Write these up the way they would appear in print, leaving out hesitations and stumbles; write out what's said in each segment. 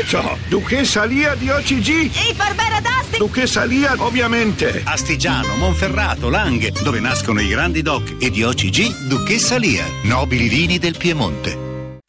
so, Duchessa Lia di OCG. E Barbera d'Asti. Duchessa Lia, ovviamente. Astigiano, Monferrato, Langhe, dove nascono i grandi doc, e di OCG Duchessa Lia, nobili vini del Piemonte.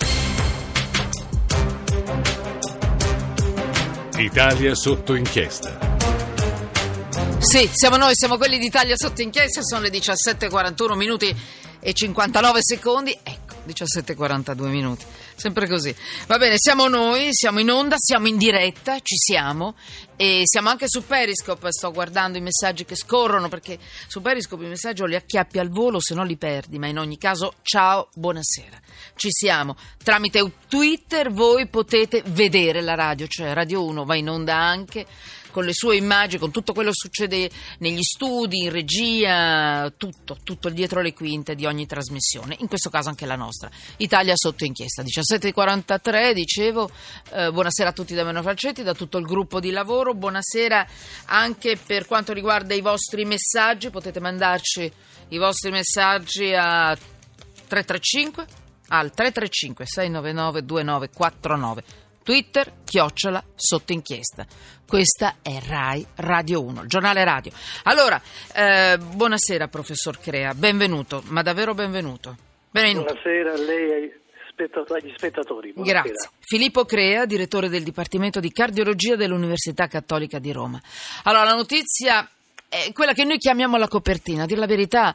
Italia sotto inchiesta. Sì, siamo noi, siamo quelli d'Italia sotto inchiesta, sono le 17:41 minuti e 59 secondi, ecco, 17:42 minuti, sempre così. Va bene, siamo noi, siamo in onda, siamo in diretta, ci siamo e siamo anche su Periscope, sto guardando i messaggi che scorrono perché su Periscope i messaggi o li acchiappi al volo se no li perdi, ma in ogni caso ciao, buonasera, ci siamo. Tramite Twitter voi potete vedere la radio, cioè Radio 1 va in onda anche con le sue immagini, con tutto quello che succede negli studi, in regia, tutto il dietro le quinte di ogni trasmissione, in questo caso anche la nostra, Italia sotto inchiesta. 17:43, dicevo, buonasera a tutti da Meno Falcetti, da tutto il gruppo di lavoro, buonasera anche per quanto riguarda i vostri messaggi, potete mandarci i vostri messaggi a 335 al 335 699 2949. Twitter, @ sotto inchiesta. Questa è Rai Radio 1, il giornale radio. Allora, buonasera professor Crea, benvenuto, ma davvero benvenuto. Buonasera a lei e agli spettatori. Buonasera. Grazie. Filippo Crea, direttore del Dipartimento di Cardiologia dell'Università Cattolica di Roma. Allora, la notizia è quella che noi chiamiamo la copertina, a dir la verità.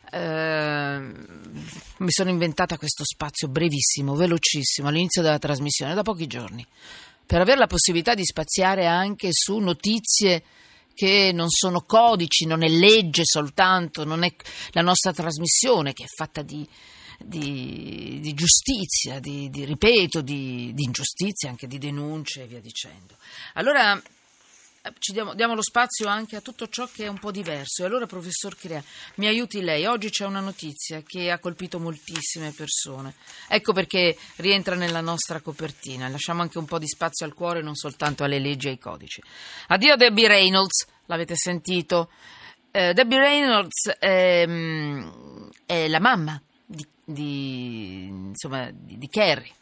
Mi sono inventata questo spazio brevissimo, velocissimo all'inizio della trasmissione, da pochi giorni, per avere la possibilità di spaziare anche su notizie che non sono codici, non è legge soltanto, non è la nostra trasmissione che è fatta di giustizia, ripeto, di ingiustizia, anche di denunce e via dicendo. Allora diamo lo spazio anche a tutto ciò che è un po' diverso. E allora, professor Crea, mi aiuti lei. Oggi c'è una notizia che ha colpito moltissime persone. Ecco perché rientra nella nostra copertina. Lasciamo anche un po' di spazio al cuore, non soltanto alle leggi e ai codici. Addio Debbie Reynolds, l'avete sentito? Debbie Reynolds è la mamma di Carrie.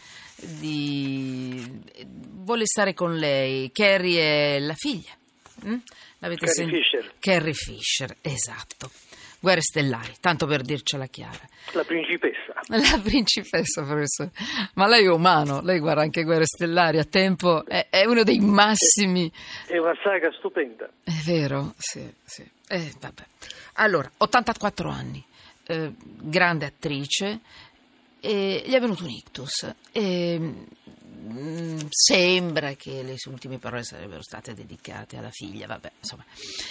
Vuole stare con lei. Carrie è la figlia. L'avete Fisher. Carrie Fisher, esatto. Guerre stellari, tanto per dircela chiara. La principessa. La principessa, professore. Ma lei è umano, lei guarda anche Guerre stellari a tempo, è uno dei massimi. È una saga stupenda. È vero, sì. Vabbè. Allora, 84 anni, grande attrice. E gli è venuto un ictus e sembra che le sue ultime parole sarebbero state dedicate alla figlia, vabbè, insomma.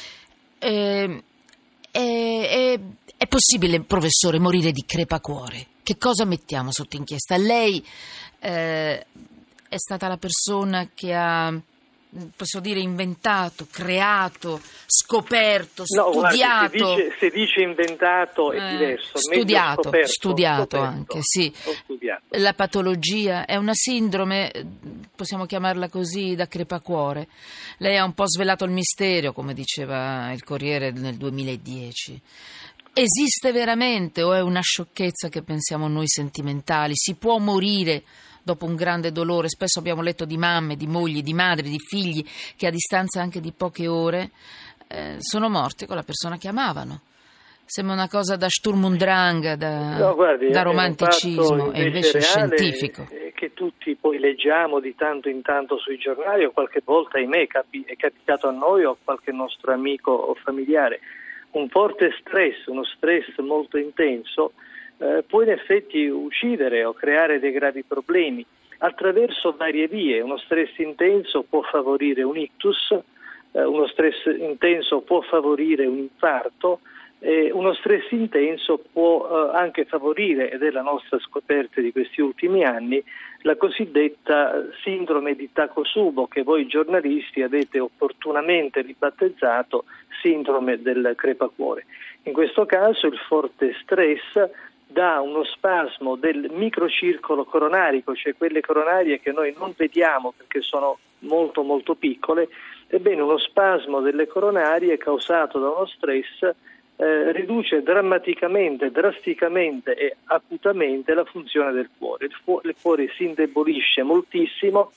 È possibile, professore, morire di crepacuore? Che cosa mettiamo sotto inchiesta? Lei è stata la persona che ha, posso dire, inventato, creato, scoperto, studiato. Guardi, se dice inventato è diverso. Studiato anche, sì. Studiato. La patologia è una sindrome, possiamo chiamarla così, da crepacuore. Lei ha un po' svelato il mistero, come diceva il Corriere nel 2010. Esiste veramente o è una sciocchezza che pensiamo noi sentimentali? Si può morire dopo un grande dolore? Spesso abbiamo letto di mamme, di mogli, di madri, di figli che a distanza anche di poche ore sono morti con la persona che amavano. Sembra una cosa da Sturm und Drang, da romanticismo, e invece è scientifico. Che tutti poi leggiamo di tanto in tanto sui giornali, o qualche volta, ahimè, è capitato a noi o a qualche nostro amico o familiare. Un forte stress, uno stress molto intenso, può in effetti uccidere o creare dei gravi problemi attraverso varie vie. Uno stress intenso può favorire un ictus, uno stress intenso può favorire un infarto, uno stress intenso può anche favorire, ed è la nostra scoperta di questi ultimi anni, la cosiddetta sindrome di Takotsubo, che voi giornalisti avete opportunamente ribattezzato sindrome del crepacuore. In questo caso il forte stress dà uno spasmo del microcircolo coronarico, cioè quelle coronarie che noi non vediamo perché sono molto molto piccole. Ebbene, uno spasmo delle coronarie causato da uno stress riduce drammaticamente, drasticamente e acutamente la funzione del cuore. Il cuore si indebolisce moltissimo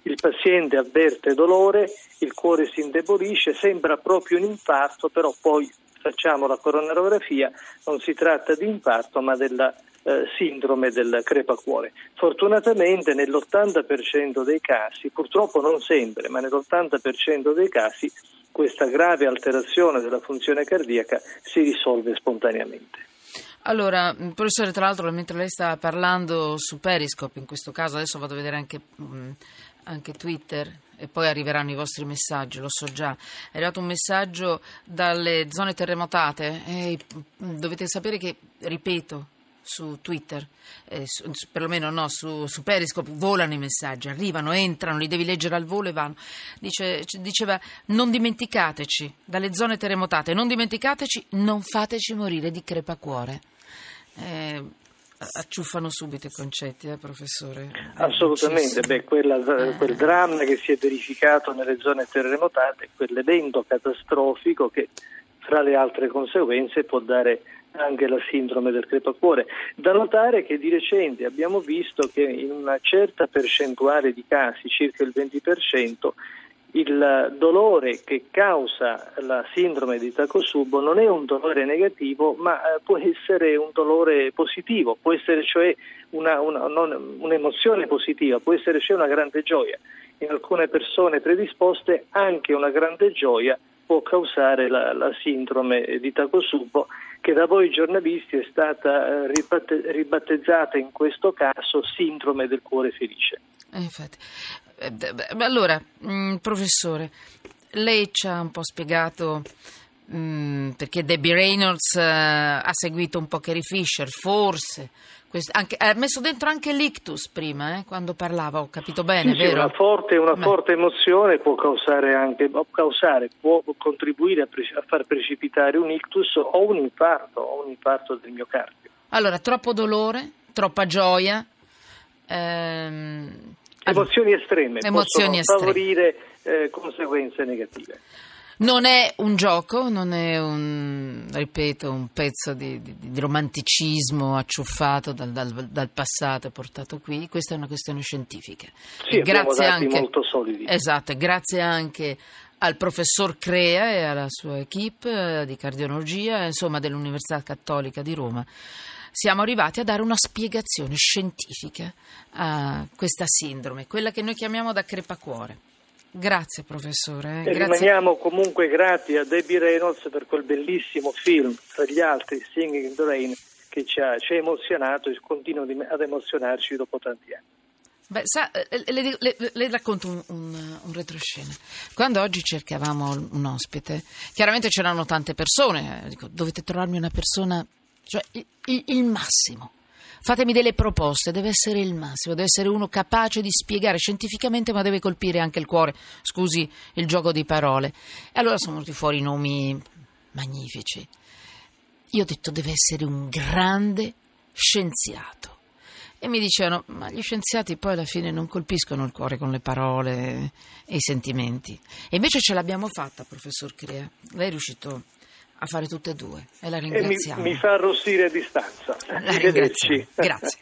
Il paziente avverte dolore, il cuore si indebolisce, sembra proprio un infarto, però poi facciamo la coronarografia, non si tratta di infarto ma della sindrome del crepacuore. Fortunatamente nell'80% dei casi, purtroppo non sempre, ma nell'80% dei casi questa grave alterazione della funzione cardiaca si risolve spontaneamente. Allora, professore, tra l'altro, mentre lei sta parlando su Periscope, in questo caso, adesso vado a vedere anche Twitter e poi arriveranno i vostri messaggi, lo so già. È arrivato un messaggio dalle zone terremotate e dovete sapere che, ripeto, su Twitter, perlomeno no, su Periscope volano i messaggi, arrivano, entrano, li devi leggere al volo e vanno. Diceva: non dimenticateci, dalle zone terremotate, non dimenticateci, non fateci morire di crepacuore. Acciuffano subito i concetti, professore? Assolutamente, quel dramma che si è verificato nelle zone terremotate, quell'evento catastrofico che fra le altre conseguenze può dare anche la sindrome del crepacuore. Da notare che di recente abbiamo visto che in una certa percentuale di casi, circa il 20%, il dolore che causa la sindrome di Takotsubo non è un dolore negativo, ma può essere un dolore positivo, può essere cioè un'emozione positiva, può essere cioè una grande gioia. In alcune persone predisposte anche una grande gioia può causare la sindrome di Takotsubo, che da voi giornalisti è stata ribattezzata in questo caso sindrome del cuore felice. Infatti. Allora, professore, lei ci ha un po' spiegato perché Debbie Reynolds ha seguito un po' Carrie Fisher, forse ha messo dentro anche l'ictus prima, quando parlava, ho capito bene, sì, vero? Una forte emozione può contribuire a far precipitare un ictus o un infarto del miocardio. Allora, troppo dolore, troppa gioia, emozioni estreme possono favorire conseguenze negative. Non è un gioco, non è un pezzo di romanticismo acciuffato dal passato e portato qui. Questa è una questione scientifica. Sì, abbiamo dati molto solidi. Esatto, grazie anche al professor Crea e alla sua equipe di cardiologia, insomma, dell'Università Cattolica di Roma. Siamo arrivati a dare una spiegazione scientifica a questa sindrome, quella che noi chiamiamo da crepacuore. Grazie professore. E rimaniamo comunque grati a Debbie Reynolds per quel bellissimo film, tra gli altri Singing in the Rain, che ci ha emozionato e continua ad emozionarci dopo tanti anni. Le racconto un retroscena. Quando oggi cercavamo un ospite, chiaramente c'erano tante persone, dico, dovete trovarmi una persona, cioè il massimo. Fatemi delle proposte, deve essere il massimo, deve essere uno capace di spiegare scientificamente, ma deve colpire anche il cuore. Scusi il gioco di parole. E allora sono venuti fuori nomi magnifici. Io ho detto, deve essere un grande scienziato. E mi dicevano, ma gli scienziati poi alla fine non colpiscono il cuore con le parole e i sentimenti. E invece ce l'abbiamo fatta, professor Crea. Lei è riuscito a fare tutte e due e la ringraziamo. Mi fa arrossire a distanza. La ringraziamo. Grazie.